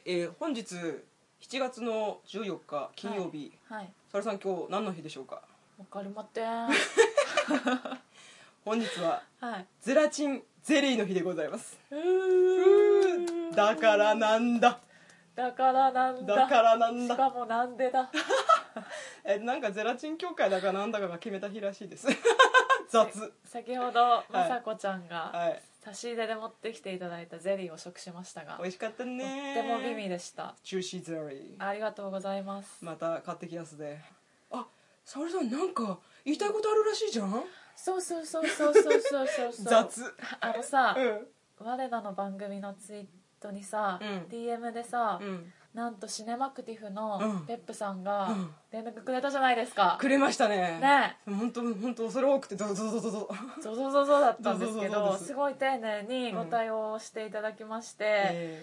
本日7月の14日金曜日、 はい、 サルさん今日何の日でしょうか？ わかりまってん本日は、 はい、 ゼラチンゼリーの日でございます。だからなんだだからなんだだからなんだしかもなんでだなんかゼラチン協会だかなんだかが決めた日らしいです雑。 先ほどまさこちゃんが、 はい、 差し入れで持ってきていただいたゼリーを食しましたが、 美味しかったね。 とっても美味でした。 ジューシーゼリーありがとうございます。 また買ってきやすで。あ、沙織さんなんか言いたいことあるらしいじゃん。 そう雑。 あのさ、 うん、 我らの番組のツイートにさ、DM でさ、なんとシネマクティフのペップさんが連絡くれたじゃないですか。 くれましたね。 ね、 本当恐れ多くてゾゾだったんですけど、すごい丁寧にご対応していただきまして、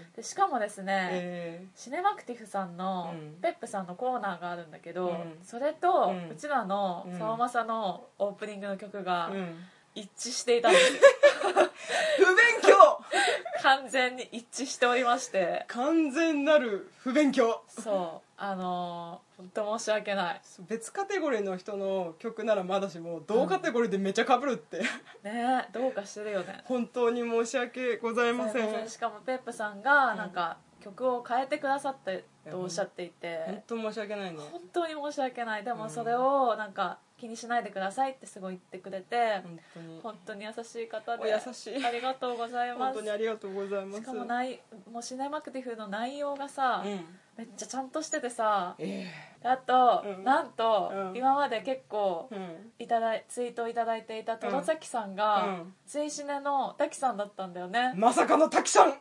でしかもですね、シネマクティフさんのペップさんのコーナーがあるんだけど、それとうちらのさおまさのオープニングの曲が一致していたんですよ不勉強完全に一致しておりまして、 完全なる不勉強。 そう本当申し訳ない。 別カテゴリーの人の曲ならまだしも同カテゴリーでめっちゃ被るって、 ねえ、どうかしてるよね。 本当に申し訳ございません。 しかもペップさんがなんか曲を変えてくださったとおっしゃっていて、 本当申し訳ないね。 本当に申し訳ない。でもそれをなんか気にしないでくださいってすごい言ってくれて、本当に優しい方で、 お優しい、 ありがとうございます。 本当にありがとうございます。 しかももうシネマクティフの内容がさ、めっちゃちゃんとしててさ、あと、なんと、今まで結構ツイートをいただいていたトロザキさんが、ツイシネのタキさんだったんだよね。 まさかのタキさん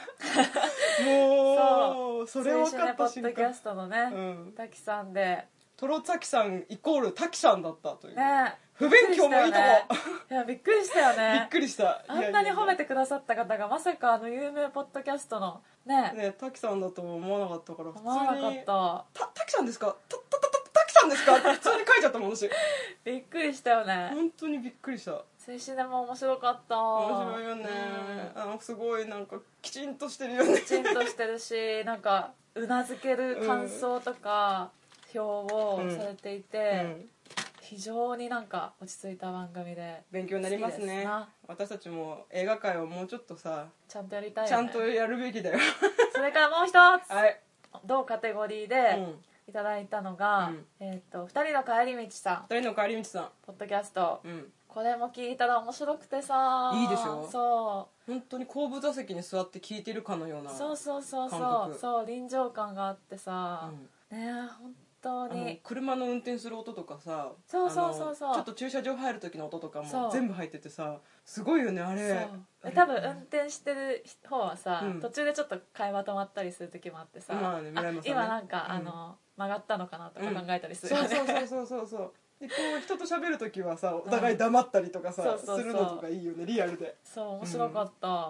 もうそれを分かった瞬間、ツイシネポッドキャストのね、タキさんで、 トロザキさんイコールタキさんだったという、 ね、 不勉強もいいとこ。 いやびっくりしたよね。 びっくりした。 あんなに褒めてくださった方がまさか有名ポッドキャストのねタキさんだと思わなかったから、普通に思わなかった。 タキさんですか、タキさんですかって普通に書いちゃったもん私。 びっくりしたよね。 本当にびっくりした。 推進でも面白かった。 面白いよね、すごいなんかきちんとしてるよね。 きちんとしてるし、なんかうなずける感想とか表をされていて、非常になんか落ち着いた番組で勉強になりますね。私たちも映画界をもうちょっとさちゃんとやりたいよね。 ちゃんとやるべきだよそれからもう一つ、 はい、 同カテゴリーでいただいたのが、二人の帰り道さん、 二人の帰り道さんポッドキャスト、これも聞いたら面白くてさ、 いいでしょ。 そう本当に後部座席に座って聞いてるかのような感覚。 そう臨場感があってさ、ねえ本当に車の運転する音とかさ、 そうちょっと駐車場入る時の音とかも全部入っててさ、すごいよねあれ。 多分運転してる方はさ、途中でちょっと会話止まったりする時もあってさ、今なんか、曲がったのかなとか考えたりするよね。 そうでこう人と喋る時はさお互い黙ったりとかさ、するのとかいいよね、リアルで。 そう面白かった。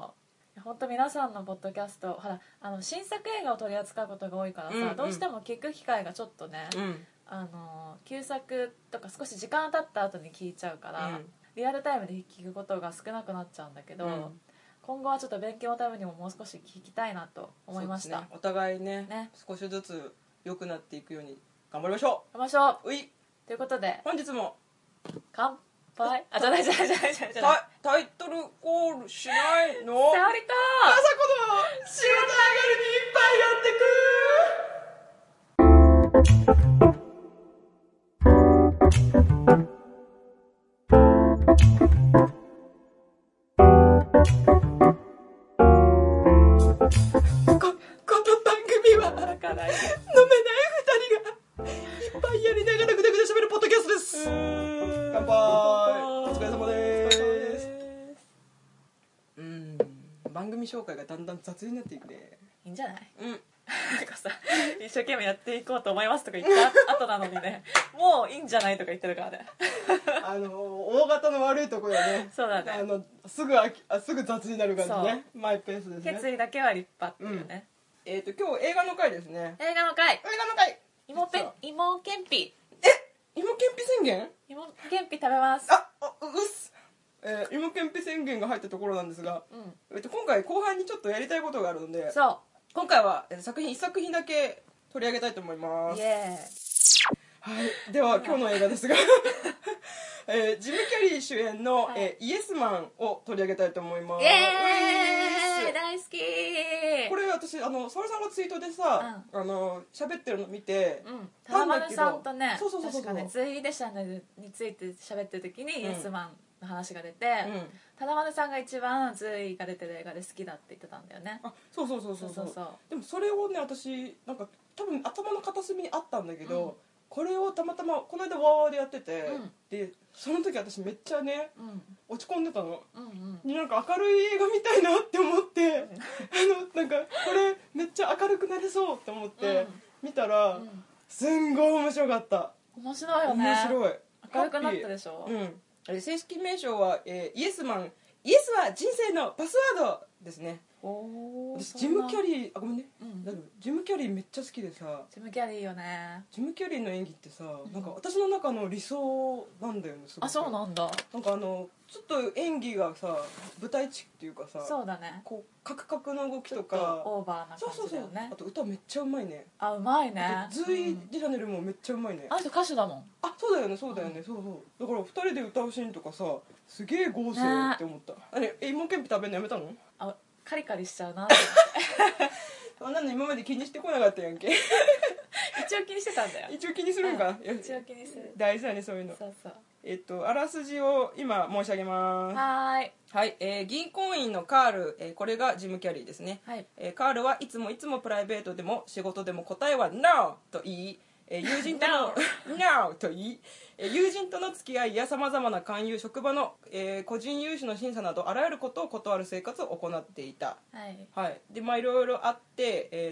本当皆さんのポッドキャスト、ほら新作映画を取り扱うことが多いからさ、どうしても聞く機会がちょっとね、旧作とか少し時間経った後に聞いちゃうから、リアルタイムで聞くことが少なくなっちゃうんだけど、今後はちょっと勉強のためにももう少し聞きたいなと思いました。 お互いね少しずつ良くなっていくように頑張りましょう。 ということで本日も乾杯。じゃないタイトルコールしないの。 沙織とまさこの仕事上がりにいっぱいやってく。この番組は飲めない2人がいっぱいやりながらぐだぐだしゃべるポッドキャストです。乾杯。お疲れ様です。番組紹介がだんだん雑になっていくね。 いいんじゃない？なんかさ、一生懸命やっていこうと思いますとか言った後なのにね、もういいんじゃないとか言ってるからね。 大型の悪いところね。 そうだね。 すぐ雑になる感じね。マイペースですね。 決意だけは立派っていうね。 今日映画の回ですね。 映画の回。芋けんぴ。 芋けんぴ宣言？ 芋けんぴ食べます。 芋けんぴ宣言が入ったところなんですが、今回後半にちょっとやりたいことがあるので、 そう今回は作品1作品だけ取り上げたいと思います。 イエはい、では今日の映画ですがジム・キャリー主演の、 はい、 イエスマンを取り上げたいと思います。 ーイエーイ大好きー。 これ私沙織さんがツイートでさ、喋ってるの見て、 タナマルさんとね、 そう確かねズイ・デシャネルについて喋ってる時にイエスマンの話が出て、タナマルさんが一番ズイが出てる映画で好きだって言ってたんだよね。 あ、そうでもそれをね、私なんか多分頭の片隅にあったんだけど、これをたまたまこの間ワーワーでやってて、でその時私めっちゃね、落ち込んでたの、なんか明るい映画みたいなって思って、なんかこれめっちゃ明るくなれそうって思って見たら、すんごい面白かった。 面白いよね。 面白い。 明るくなったでしょ。 正式名称は、イエスマン、イエスは人生のパスワードですね。私ジム・キャリー、ごめんね、ジム・キャリーめっちゃ好きでさ。 ジム・キャリーよね。 ジム・キャリーの演技ってさ、なんか私の中の理想なんだよね、すごく。 あ、そうなんだ。 なんかちょっと演技がさ、舞台地っていうかさ、 そうだね、 こうカクカクの動きとかオーバーな感じだよね。 あと歌めっちゃうまいね。 あ、うまいね。 ズイ・ディシャネルもめっちゃうまいね。 あの人歌手だもん。 あ、そうだよね、そうだから2人で歌うシーンとかさ、すげえ豪勢って思った。芋けんぴ食べるのやめたの？ あ、カリカリしちゃうなってそんなの今まで気にしてこなかったやんけ一応気にしてたんだよ。 一応気にするんか、 一応気にする。 大事だね、そういうの。 そうそう。 あらすじを今申し上げます。はい、銀行員のカール、これがジム・キャリーですね。 はい、 カールはいつもプライベートでも仕事でも答えは NO と言い、友人とのNo と言い、友人との付き合いやさまざまな勧誘、職場の、個人融資の審査などあらゆることを断る生活を行っていた。はい、でいろいろあって、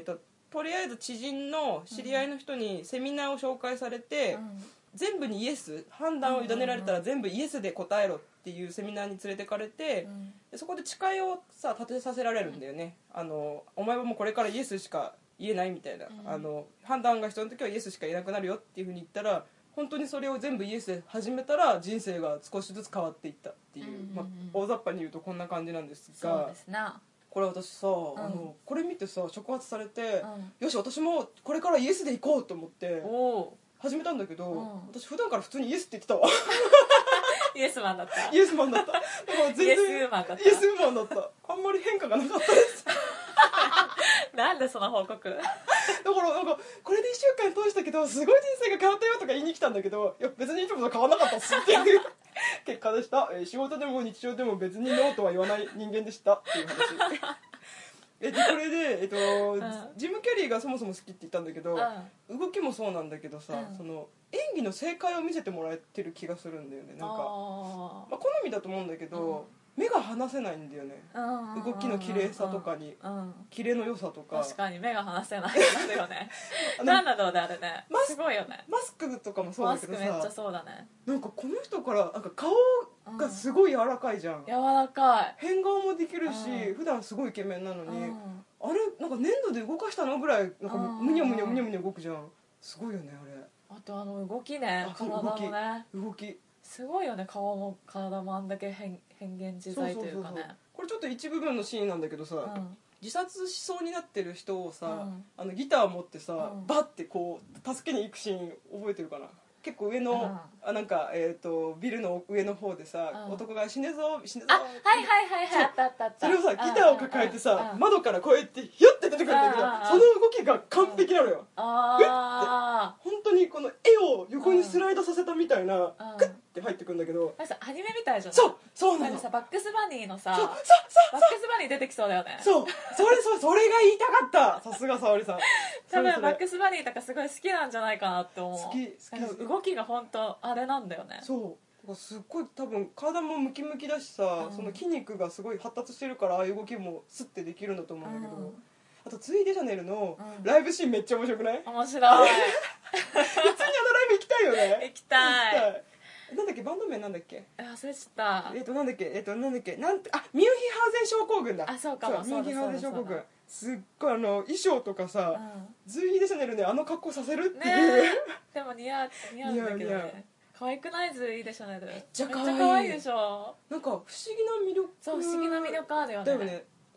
とりあえず知人の知り合いの人にセミナーを紹介されて、全部にイエス、判断を委ねられたら全部イエスで答えろっていうセミナーに連れてかれて、でそこで誓いをさ立てさせられるんだよね。お前はもうこれからイエスしか言えないみたいな、判断が必要な時はイエスしか言えなくなるよっていう風に言ったら、本当にそれを全部イエスで始めたら人生が少しずつ変わっていったっていう、大雑把に言うとこんな感じなんですが。 そうですな。 これ私さ、これ見てさ触発されて、よし私もこれからイエスで行こうと思って始めたんだけど、私普段から普通にイエスって言ってたわイエスマンだった。 イエスマンだった。だから全然イエスウーマンだった。 イエスウーマンだった。あんまり変化がなかったですなんでその報告だからなんかこれで1週間通したけどすごい人生が変わったよとか言いに来たんだけど、いや別にいつもと変わらなかったっすっていう結果でした。仕事でも日常でも別にノーとは言わない人間でしたっていう話でこれで、ジム・キャリーがそもそも好きって言ったんだけど、動きもそうなんだけどさ、その演技の正解を見せてもらえてる気がするんだよね。なんか好みだと思うんだけど、目が離せないんだよね。動きの綺麗さとかに、キレの良さとか。 確かに目が離せないですよねなんだろうねあれね、すごいよね。 マスクとかもそうだけどさ、 マスクめっちゃそうだね。 なんかこの人からなんか顔がすごい柔らかいじゃん。 柔らかい。 変顔もできるし、普段すごいイケメンなのに、あれなんか粘土で動かしたのぐらいなんかむにゃむにゃむにゃむにゃ動くじゃん。すごいよねあれ。 あと動きね、体のね動きすごいよね。顔も体もあんだけ変幻自在というかね。 これちょっと一部分のシーンなんだけどさ、自殺しそうになってる人をさ、ギター持ってさ、バッてこう助けに行くシーン覚えてるかな。結構上の、なんかビルの上の方でさ、男が死ねぞ死ねぞ、 はいあったあったあった。 それをさギターを抱えてさ、窓からこうやってヒュッて出てくるんだけど、その動きが完璧なのよ。本当にこの絵を横にスライドさせたみたいな、グッて入ってくるんだけど、 アニメみたいじゃん。 そうなの。 バックスバニーのさ、バックスバニー出てきそうだよね。 それが言いたかった。さすが沙織さん。 多分バックスバニーとかすごい好きなんじゃないかなって思う。 好き。 動きが本当あれなんだよね。 そうすっごい多分体もムキムキだしさ、その筋肉がすごい発達してるからああいう動きもスッてできるんだと思うんだけど、あとツイ・デシャネルのライブシーンめっちゃ面白くない？ 面白い普通にライブ行きたいよね。 行きたい。 なんだっけ、バンド名なんだっけ、 忘れちゃった。 なんだっけミュンヒハウゼン症候群だ。 そうかも。 ミュンヒハウゼン症候群。すっごい衣装とかさ、ズイ・デシャネルねあの格好させるっていう、 でも似合うんだけどね。可愛くないズイ・デシャネル。めっちゃ可愛い。 可愛いでしょ。 なんか不思議な魅力。 そう、不思議な魅力あるよね。 だよね。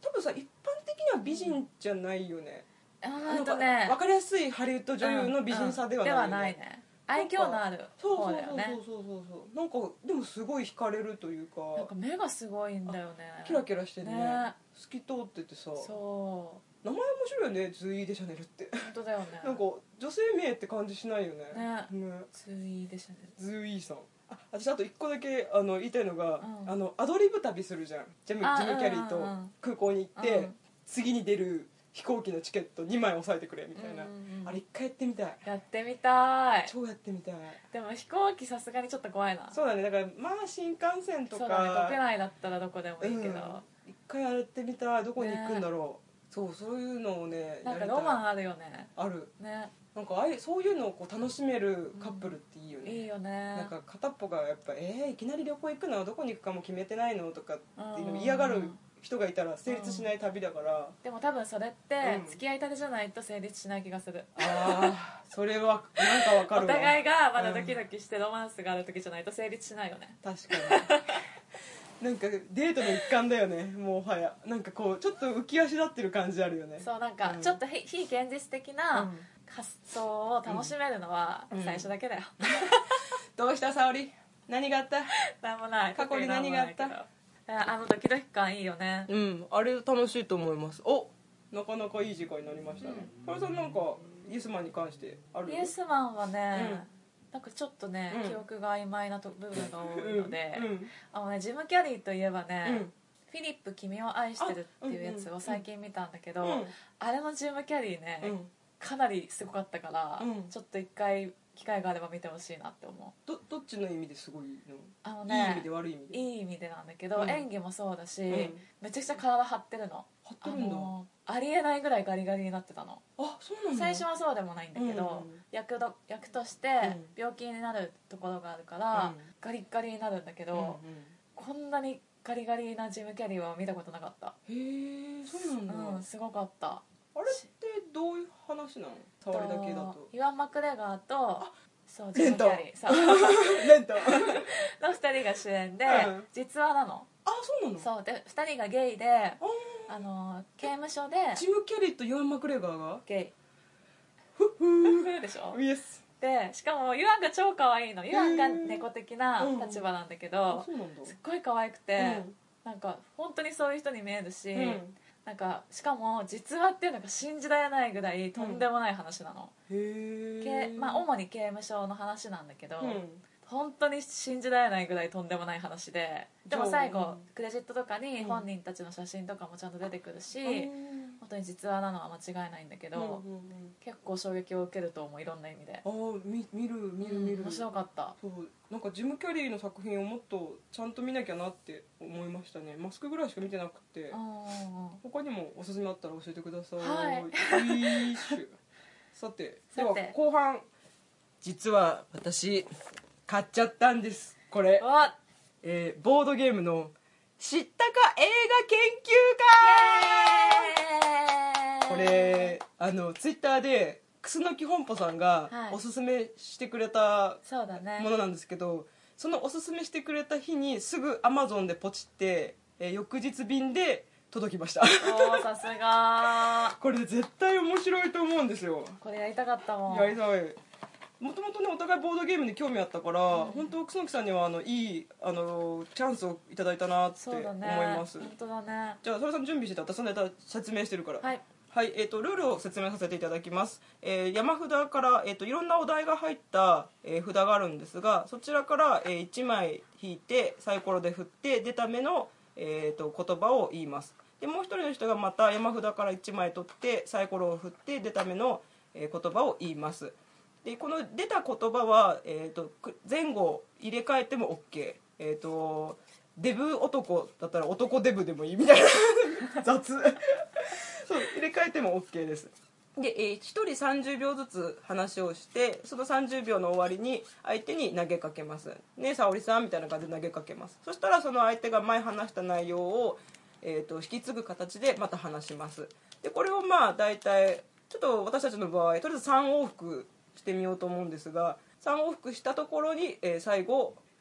多分さ一般的には美人じゃないよね、 分かりやすいハリウッド女優の美人さではないよね、 ではないね。愛嬌のある方だよね。 そうなんかでもすごい惹かれるというか、 なんか目がすごいんだよね。 キラキラしてねね、 透き通っててさ、 そう名前面白いよね、ズイー・デ・シャネルって本当だよね。 なんか女性名って感じしないよね。 ねズイでしたね。 ズイさん。私あと1個だけ言いたいのが、アドリブ旅するじゃん、ジム・キャリーと空港に行って、次に出る飛行機のチケット2枚押さえてくれみたいな、あれ1回やってみたい。 やってみたい。 超やってみたい。 でも飛行機さすがにちょっと怖いな。 そうだね、だからまあ新幹線とか、 そうだね、国内だったらどこでもいいけど、 1回やってみたい。どこに行くんだろう、そういうのをね、 なんかロマンあるよね。 あるね、 なんかそういうのをこう楽しめるカップルっていいよね、 いいよね。 なんか片っぽがやっぱいきなり旅行行くのどこに行くかも決めてないのとかっていうの嫌がる人がいたら成立しない旅だから、 でも多分それって付き合いたてじゃないと成立しない気がする。 ああそれはなんかわかるわ。 お互いがまだドキドキしてロマンスがある時じゃないと成立しないよね。 確かになんかデートの一環だよね、もはや。なんかこうちょっと浮き足立ってる感じあるよね。 そう、なんかちょっと非現実的な発想を楽しめるのは最初だけだよ、 どうした沙織、何があった？ なんもない。 過去に何があった？ ドキドキ感いいよね。 あれ楽しいと思います。なかなかいい時間になりましたね。沙織さんなんかイエスマンに関してある？ イエスマンはね、なんかちょっとね、記憶が曖昧な部分が多いので、ジム・キャリーといえばね、フィリップ君を愛してるっていうやつを最近見たんだけど、あれのジム・キャリーね、かなりすごかったから、ちょっと一回機会があれば見てほしいなって思う。 どっちの意味ですごいの？ ね、 いい意味で悪い意味で？ いい意味でなんだけど、演技もそうだし、めちゃくちゃ体張ってるの。 張ってるんだ。 ありえないぐらいガリガリになってたの。 そうなんだ。 最初はそうでもないんだけど、役として病気になるところがあるから、ガリガリになるんだけど、こんなにガリガリなジム・キャリーは見たことなかった。 へえ、そうなんだ。 すごかった。 あれってどういう話なの？触りだけだと。 イワン・マクレガーとレントレントの2人が主演で、実話なの。 そうなの？ そうで、2人がゲイで、刑務所でジム・キャリーとイワン・マクレガーがゲイでしょ。 イエスで、しかもユアンが超可愛いの。ユアンが猫的な立場なんだけど、すっごい可愛くて、なんか本当にそういう人に見えるし、なんかしかも実話っていうのが信じられないぐらいとんでもない話なの。主に刑務所の話なんだけど、本当に信じられないぐらいとんでもない話で、でも最後クレジットとかに本人たちの写真とかもちゃんと出てくるし、本当に実話なのは間違いないんだけど、結構衝撃を受けると思う、いろんな意味で。 見る。 面白かった。 そう、なんかジム・キャリーの作品をもっとちゃんと見なきゃなって思いましたね。マスクぐらいしか見てなくて、他にもおすすめあったら教えてください。さて、では後半、実は私買っちゃったんです、これ。ボードゲームの知ったか映画研究会。これツイッターで楠木本舗さんがおすすめしてくれたものなんですけど、そのおすすめしてくれた日にすぐ Amazon でポチって、翌日便で届きました。 さすが。 これ絶対面白いと思うんですよ。 これやりたかったもん。 やりたい。もともとね、お互いボードゲームに興味あったから、本当楠木さんにはいいチャンスをいただいたなって思います。 本当だね。 じゃあそれさん準備してて、私のネタ説明してるから。 はい、 ルールを説明させていただきます。山札から、いろんなお題が入った、札があるんですが、そちらから、1枚引いてサイコロで振って出た目の、言葉を言います。でもう一人の人がまた山札から1枚取ってサイコロを振って出た目の、言葉を言います。でこの出た言葉は、前後入れ替えても OK、デブ男だったら男デブでもいいみたいな雑そう入れ替えても OK です。で、1人30秒ずつ話をして、その30秒の終わりに相手に投げかけますね。沙織さんみたいな感じで投げかけます。そしたらその相手が前話した内容を、引き継ぐ形でまた話します。でこれをまあ大体ちょっと私たちの場合とりあえず3往復してみようと思うんですが、3往復したところに、最後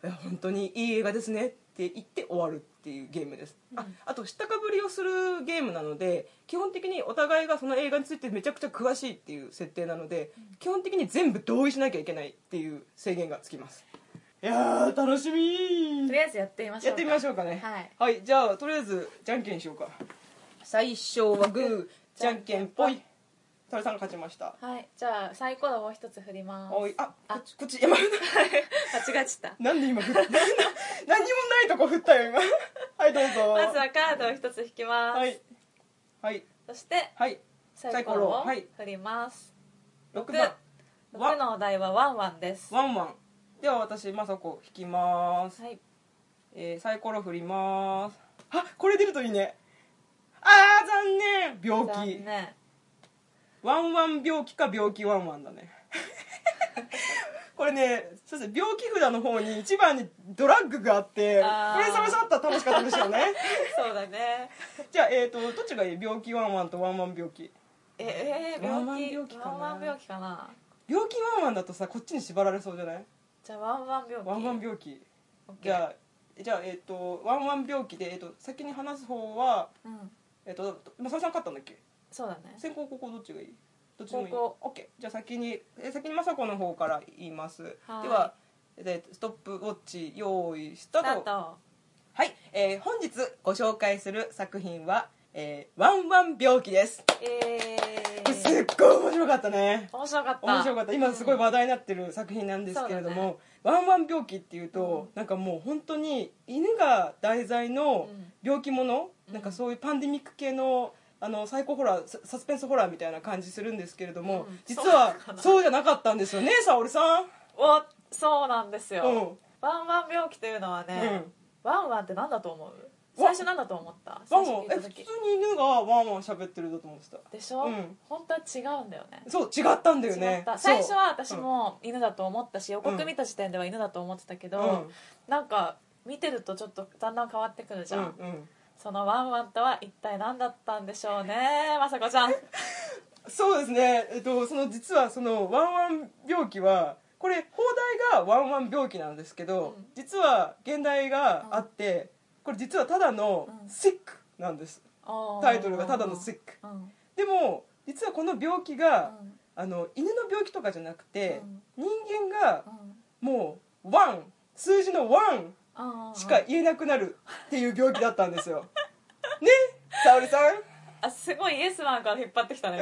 本当にいい映画ですねって言って終わるっていうゲームです、あと知ったかぶりをするゲームなので、基本的にお互いがその映画についてめちゃくちゃ詳しいっていう設定なので、基本的に全部同意しなきゃいけないっていう制限がつきます。いやー楽しみ。 とりあえずやってみましょうか。 やってみましょうかね。 はい、 じゃあとりあえずじゃんけんしようか。最初はグー、じゃんけんぽい。沙織さんが勝ちました。 はい、じゃあサイコロを一つ振ります。 おい、こっち山間違えちゃった。 なんで今振った何にもないとこ振ったよ今はいどうぞ。 まずはカードを一つ引きます。 はい、はい、 そしてサイコロを振ります。 6番。 6のお題はワンワンです。 ワンワン。では私まさこ引きます。 はい、 サイコロ振ります。これ出るといいね。残念。病気。 残念。 ワンワン病気か病気ワンワンだねこれね、そうですね、病気札の方に一番にドラッグがあって、これサメさんあったら楽しかったですよねそうだね。 じゃあどっちがいい？病気ワンワンとワンワン病気。 ワンワン病気かな。 ワンワン病気かな。 病気ワンワンだとさ、こっちに縛られそうじゃない？ じゃあワンワン病気。 ワンワン病気。じゃあワンワン病気で先に話す方はサメさん勝ったんだっけ？ そうだね。 先攻後攻どっちがいい？どっちでもいい。 後攻。 OK。じゃあ先に雅子の方から言います。ではストップウォッチ用意スタート。はい、本日ご紹介する作品は、ワンワン病気です。すっごい面白かったね。 面白かった。 今すごい話題になってる作品なんですけれども、ワンワン病気っていうと、なんかもう本当に犬が題材の病気もの、なんかそういうパンデミック系のサイコホラー、サスペンスホラーみたいな感じするんですけれども、実はそうじゃなかったんですよね、沙織さん。 そうなんですよ、ワンワン病気というのはね、ワンワンって何だと思う？最初何だと思った？ ワンワン、普通に犬がワンワン喋ってるだと思ってたでしょ、本当は違うんだよね。 そう、違ったんだよね。 最初は私も犬だと思ったし、予告見た時点では犬だと思ってたけど、なんか見てるとちょっとだんだん変わってくるじゃん、そのワンワンとは一体何だったんでしょうね、まさこちゃん。 そうですね、実はそのワンワン病気はこれ邦題がワンワン病気なんですけど、実は現代があって、これ実はただのシックなんです、タイトルがただのシック、でも実はこの病気が、犬の病気とかじゃなくて、人間がもうワン、数字のワンしか言えなくなるっていう病気だったんですよね、沙織さん。 すごいイエスマンから引っ張ってきたね、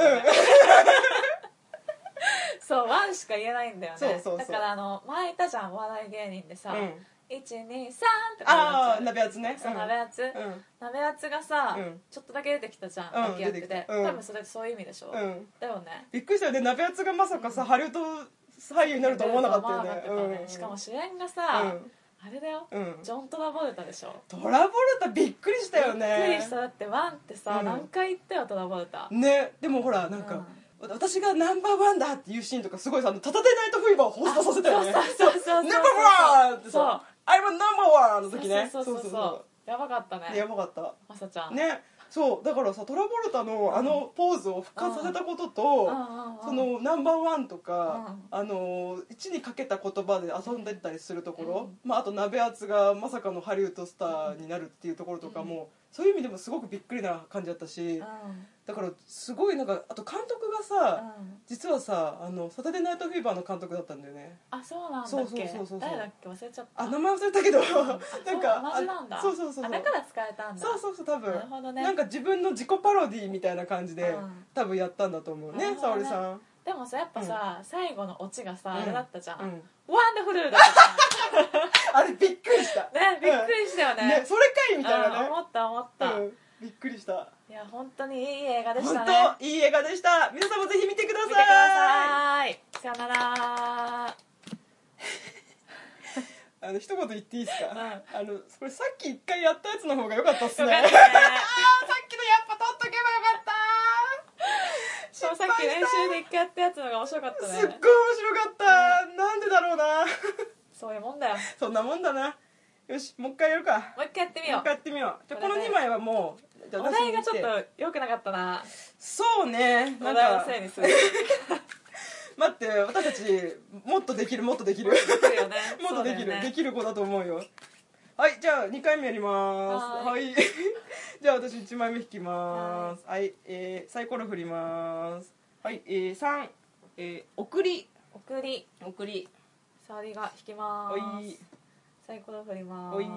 そう、ワンしか言えないんだよね。だから前いたじゃん、お笑い芸人でさ、123とか鍋圧ね。 鍋圧がさ、ちょっとだけ出てきたじゃん、脇役で。多分それそういう意味でしょ。だよね。 びっくりしたよね、鍋圧がまさかさハリウッド俳優になると思わなかったよね。 しかも主演がさ、あれだよ、ジョン・トラボルタでしょ。 トラボルタびっくりしたよね。 びっくりした。だってワンってさ、何回言ったよトラボルタね。でもほらなんか、私がナンバーワンだっていうシーンとかすごいさ、タタデナイトフィーバーを発動させたよね。 そうナンバーワンってさ、I'm a number one の時ね。 そうやばかったね。 やばかった、 まさちゃんね。そうだからさ、トラボルタのポーズを復活させたことと、そのナンバーワンとか1にかけた言葉で遊んでたりするところ、あと鍋圧がまさかのハリウッドスターになるっていうところとかも、そういう意味でもすごくびっくりな感じだったし、だからすごいなんか、あと監督がさ、実はさサタデーナイトフィーバーの監督だったんだよね。 そうなんだっけ。誰だっけ、忘れちゃった。 名前忘れたけど、なんか同じなんだ。 そうだから使えたんだ。 そう多分。 なるほどね。 なんか自分の自己パロディみたいな感じで多分やったんだと思うね、沙織さん。 でもさ、やっぱさ、最後のオチがさ、あれだったじゃん、ワンダフルだったじゃん。あれびっくりしたね。びっくりしたよね。 それかいみたいなね。 思ったびっくりした。 いや本当にいい映画でしたね。 本当いい映画でした。皆さんもぜひ見てください。 さよなら。 一言言っていいですか。これさっき一回やったやつの方が良かったっすね。 さっきのやっぱ撮っとけばよかった。 さっき練習で一回やったやつの方が面白かったね。 すっごい面白かった。なんでだろうな。 そういうもんだよ。 そんなもんだな。よし、もう一回やるか。 もう一回やってみよう。 じゃこの2枚はもうお題がちょっと良くなかったな。 そうね。 お題のせいにする。 待って私たちもっとできるもっとできるできるよねもっとできる、 そうだよねできる子だと思うよ。はいじゃあ2回目やりますははいじゃあ私1枚目引きますはい、サイコロ振りますはい、3、送り送り送り沙織が引きまおす。 いサイコロ振ります。 おい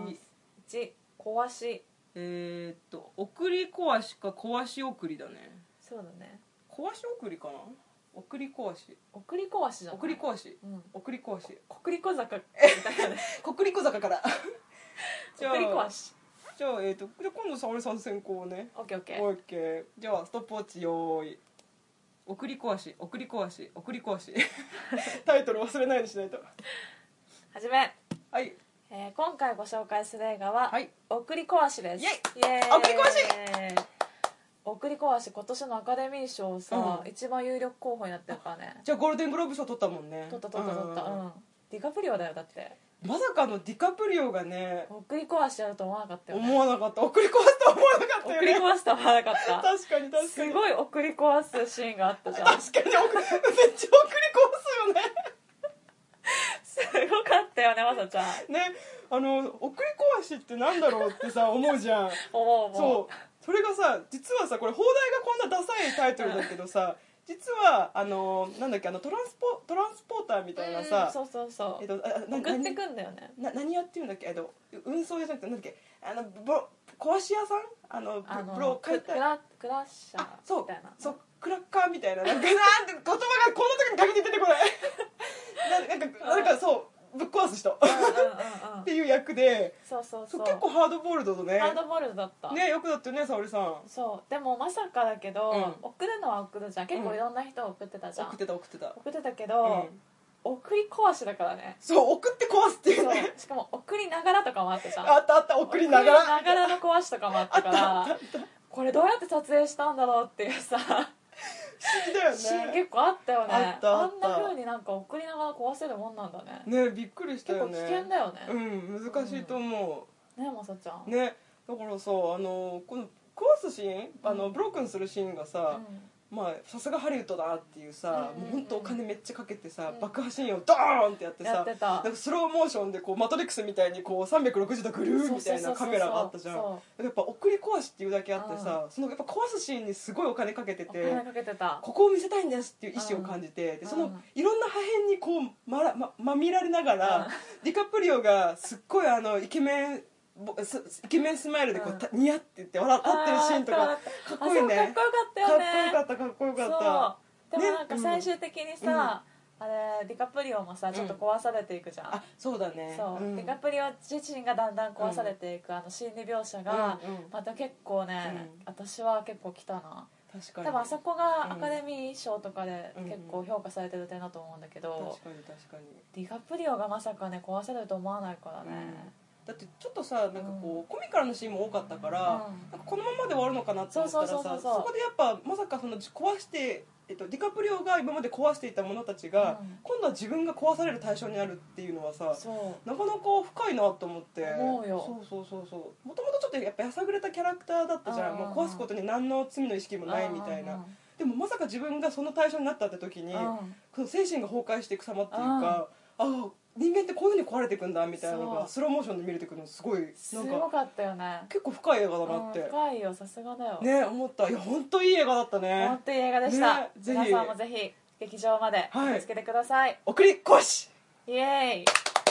1壊し。 送り壊しか壊し送りだね。 そうだね。 壊し送りかな。送り壊し送り壊しじゃない。 送り壊し、 うん。 送り壊し国立小坂みたいなね。 国立小坂からじゃあ送り壊し。 じゃあ、じゃあ今度沙織さん先行ね。 オッケーオッケー。 オッケー。じゃあストップウォッチよーい。送り壊し送り壊し送り壊しタイトル忘れないようにしないと。 はじめ。 はい。 今回ご紹介する映画は、 はい、 送り壊しです。 イエイイエーイ。 送り壊し送り壊し今年のアカデミー賞さ、 うん一番有力候補になってるからね。 じゃあゴールデングローブ賞取ったもんね。 取った取った取った。うん。ディカプリオだよだって。 まさかのディカプリオがね送り壊しやると思わなかったよね。 思わなかった。送り壊すとは思わなかったよね。 送り壊すと思わなかった。 確かに確かに。 すごい送り壊すシーンがあったじゃん。 確かにめっちゃ送り壊すよね。 すごかったよねまさちゃん。 ね、送り壊しってなんだろうってさ思うじゃん。 思う。 そうそれがさ実はさこれ放題がこんなダサいタイトルだけどさ実はなんだっけトランスポーターみたいなさ、 そうそうそう。送ってくんだよね。 何やっていうんだっけ運送屋じゃなくてなんだっけ壊し屋さんブロ解体クラッシャーそうみたいな。 そうクラッカーみたいななんて言葉がこんな時に限って出てこないなんかそうぶっ壊す人っていう役でそう結構ハードボールドねハードボールドだったねよくだったよね沙織さん。 そうでもまさかだけど、 うん送るのは送るじゃん結構いろんな人を送ってたじゃん、 送ってた送ってたけど、送り壊しだからね。 そう送って壊すっていうね。 そうしかも送りながらとかもあったじゃん。 あった送りながら送りながらの壊しとかもあったからこれどうやって撮影したんだろうっていうさ不思議だよね。 シーン結構あったよね。 あったあんな風になんか送りながら壊せるもんなんだね。 ねびっくりしたよね。 結構危険だよね。 難しいと思うねまさちゃんね。だからさこの壊すシーンブロークンするシーンがさ、まあさすがハリウッドだっていうさ、もう本当お金めっちゃかけてさ、爆破シーンをドーンってやってさ、 やってたなんかスローモーションでこうマトリックスみたいにこう360度ぐるーみたいなカメラがあったじゃん。やっぱ送り壊しっていうだけあってさ、そのやっぱ壊すシーンにすごいお金かけてて、 お金かけてた。 ここを見せたいんですっていう意思を感じて、でそのいろんな破片にこうまみられながら、ディカプリオがすっごいイケメンスマイルでこう、ニヤって言って笑ってるシーンとかかっこいいね。 かっこよかったよね。 かっこよかったでもなんか最終的にさ、あれディカプリオもさちょっと壊されていくじゃん。 あそうだね。 ディカプリオ自身がだんだん壊されていく心理描写がまた結構ね、私は結構きたな。 確かに多分あそこがアカデミー賞とかで結構評価されてる点だと思うんだけど、 確かにディカプリオがまさかね壊せると思わないからね。 だってちょっとさなんかこう、コミカルなシーンも多かったから、なんかこのままで終わるのかなって思ったらさ、そこでやっぱまさかその壊してディカプリオが今まで壊していた者たちが、今度は自分が壊される対象になるっていうのはさ、なかなか深いなと思って。 思うよ。 そうもともとちょっとやっぱやさぐれたキャラクターだったじゃん。もう壊すことに何の罪の意識もないみたいな。でもまさか自分がその対象になったって時に、この精神が崩壊していく様っていうか、人間ってこういう風に壊れていくんだみたいなのがスローモーションで見れてくるのすごいすごかったよね。 結構深い映画だなって。 深いよさすがだよね思った。いや本当いい映画だったね。 本当いい映画でした。 ぜひ皆さんもぜひ劇場まで駆けつけてください。 送り壊しイエーイ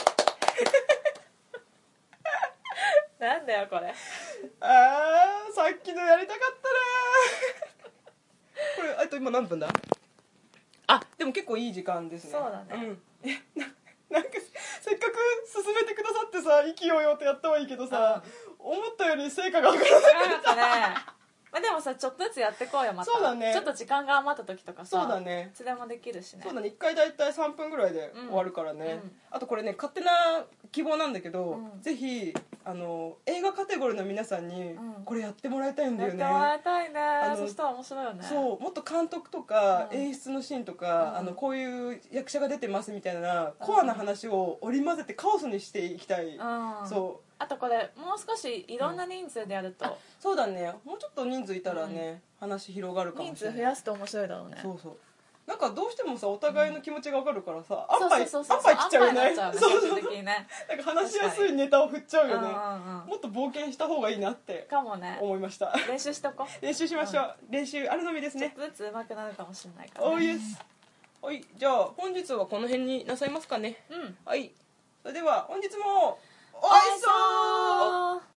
なんだよこれ。 さっきのやりたかったなこれあと今何分だ。でも結構いい時間ですね。 そうだね。 なんかせっかく進めてくださってさ意気揚々とやったはいいけどさ、思ったより成果が上がらなかったね。まあでもさちょっとずつやってこうよまた。 そうだね。 ちょっと時間が余った時とかさ。 そうだね。 いつでもできるしね。 そうだね。1回だいたい3分ぐらいで終わるからね。あとこれね勝手な希望なんだけど、ぜひ映画カテゴリーの皆さんにこれやってもらいたいんだよね。 やってもらいたいね。そしたら面白いよね。 そうもっと監督とか演出のシーンとか、こういう役者が出てますみたいなコアな話を織り交ぜてカオスにしていきたい。そうあとこれもう少しいろんな人数でやると、 そうだね。もうちょっと人数いたらね、話広がるかもしれない。 人数増やすと面白いだろうね。 そうなんかどうしてもさお互いの気持ちが分かるからさ、安牌そう来ちゃうよね。 安牌になっちゃうね、最終的にね。 なんか話しやすいネタを振っちゃうよね。 うんうんうんもっと冒険した方がいいなってかもね。 思いました。 練習しとこう。 練習しましょう、練習あるのみですちょっね。 とずつ上手くなるかもしれないから、ね。 おーイエス。はい、じゃあ本日はこの辺になさいますかね。 うん。 はい、それでは本日も